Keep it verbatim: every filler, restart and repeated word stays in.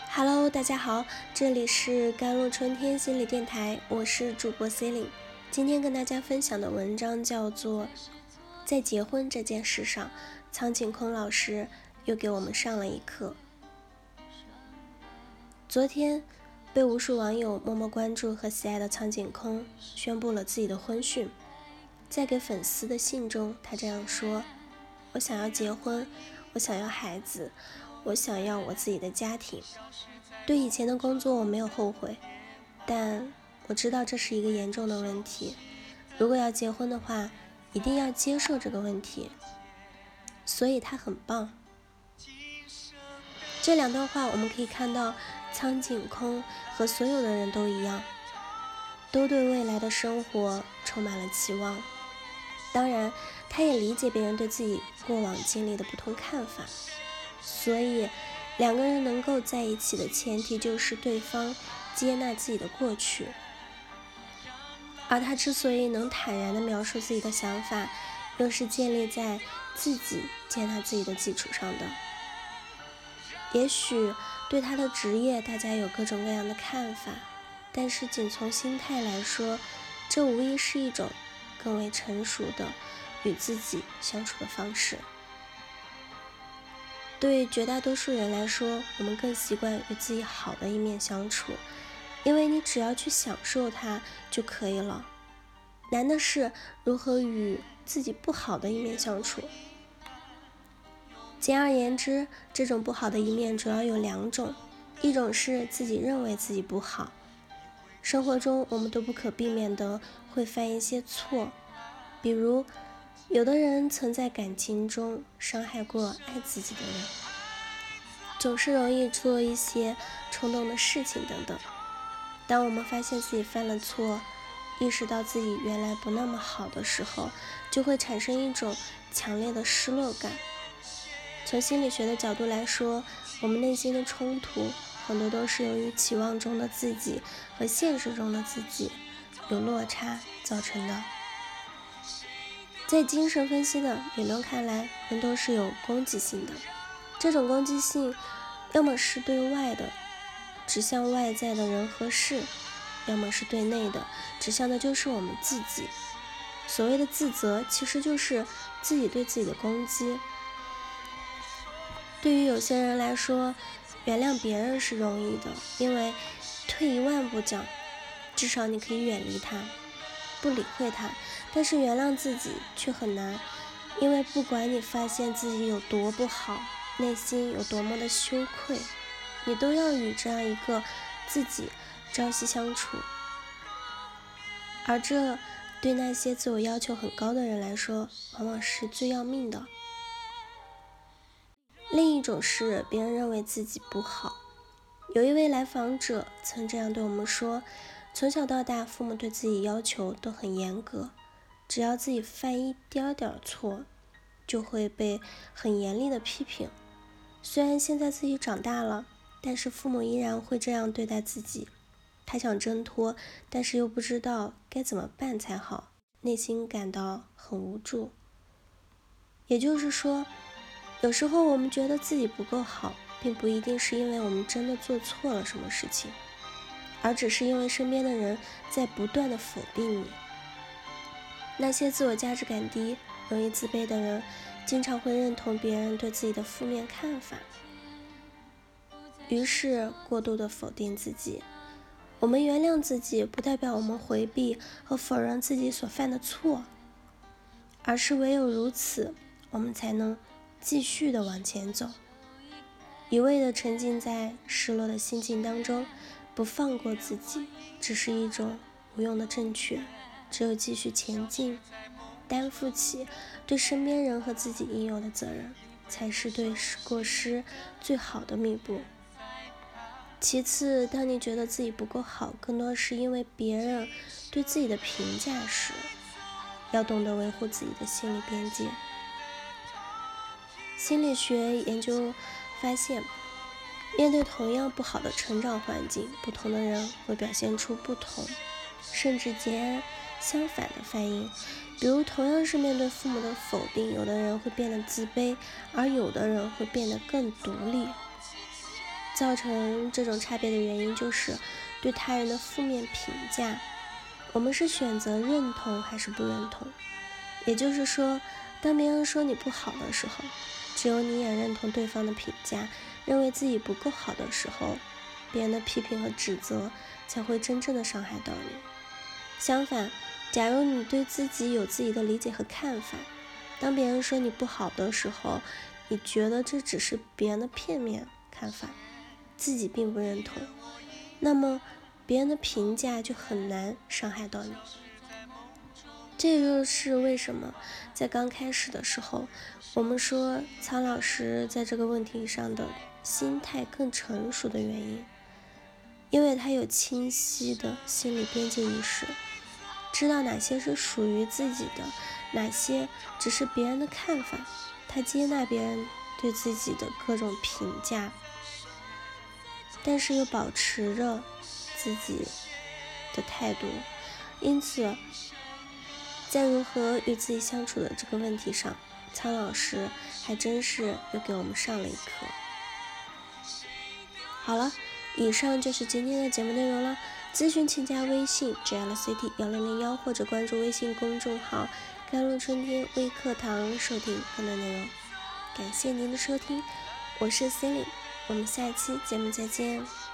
Hello，大家好，这里是甘露春天心理电台，我是主播 Celine。今天跟大家分享的文章叫做《在结婚这件事上，苍井空老师又给我们上了一课》。昨天，被无数网友默默关注和喜爱的苍井空宣布了自己的婚讯。在给粉丝的信中，他这样说：我想要结婚，我想要孩子，我想要我自己的家庭。对以前的工作我没有后悔，但我知道这是一个严重的问题。如果要结婚的话，一定要接受这个问题。所以他很棒。这两段话我们可以看到，苍井空和所有的人都一样，都对未来的生活充满了期望。当然，他也理解别人对自己过往经历的不同看法，所以两个人能够在一起的前提就是对方接纳自己的过去。而他之所以能坦然地描述自己的想法，又是建立在自己接纳自己的基础上的。也许对他的职业大家有各种各样的看法，但是仅从心态来说，这无疑是一种更为成熟的与自己相处的方式。对绝大多数人来说，我们更习惯与自己好的一面相处，因为你只要去享受它就可以了。难的是如何与自己不好的一面相处。简而言之，这种不好的一面主要有两种，一种是自己认为自己不好。生活中我们都不可避免的会犯一些错，比如有的人曾在感情中伤害过爱自己的人，总是容易做一些冲动的事情等等。当我们发现自己犯了错，意识到自己原来不那么好的时候，就会产生一种强烈的失落感。从心理学的角度来说，我们内心的冲突很多都是由于期望中的自己和现实中的自己有落差造成的。在精神分析的理论看来，人都是有攻击性的，这种攻击性要么是对外的，指向外在的人和事，要么是对内的，指向的就是我们自己。所谓的自责，其实就是自己对自己的攻击。对于有些人来说，原谅别人是容易的，因为退一万步讲，至少你可以远离他，不理会他。但是原谅自己却很难，因为不管你发现自己有多不好，内心有多么的羞愧，你都要与这样一个自己朝夕相处。而这对那些自我要求很高的人来说，往往是最要命的。另一种是别人认为自己不好。有一位来访者曾这样对我们说，从小到大父母对自己要求都很严格，只要自己犯一点点错，就会被很严厉的批评。虽然现在自己长大了，但是父母依然会这样对待自己。他想挣脱，但是又不知道该怎么办才好，内心感到很无助。也就是说，有时候我们觉得自己不够好，并不一定是因为我们真的做错了什么事情，而只是因为身边的人在不断的否定你。那些自我价值感低、容易自卑的人，经常会认同别人对自己的负面看法，于是过度的否定自己。我们原谅自己，不代表我们回避和否认自己所犯的错，而是唯有如此，我们才能继续的往前走。一味的沉浸在失落的心境当中，不放过自己，只是一种无用的正确。只有继续前进，担负起对身边人和自己应有的责任，才是对过失最好的弥补。其次，当你觉得自己不够好，更多是因为别人对自己的评价时，要懂得维护自己的心理边界。心理学研究发现，面对同样不好的成长环境，不同的人会表现出不同，甚至截然相反的反应。比如同样是面对父母的否定，有的人会变得自卑，而有的人会变得更独立。 造成这种差别的原因就是对他人的负面评价，我们是选择认同还是不认同。也就是说，当别人说你不好的时候，只有你也认同对方的评价，认为自己不够好的时候，别人的批评和指责才会真正的伤害到你。相反，假如你对自己有自己的理解和看法，当别人说你不好的时候，你觉得这只是别人的片面看法，自己并不认同，那么别人的评价就很难伤害到你。这就是为什么在刚开始的时候，我们说苍老师在这个问题上的心态更成熟的原因，因为他有清晰的心理边界意识，知道哪些是属于自己的，哪些只是别人的看法，他接纳别人对自己的各种评价，但是又保持着自己的态度。因此在如何与自己相处的这个问题上，苍老师还真是又给我们上了一课。好了，以上就是今天的节目内容了。咨询请加微信 J L C T 一零零一，或者关注微信公众号甘露春天微课堂收听更多内容。感谢您的收听，我是 Celine， 我们下期节目再见。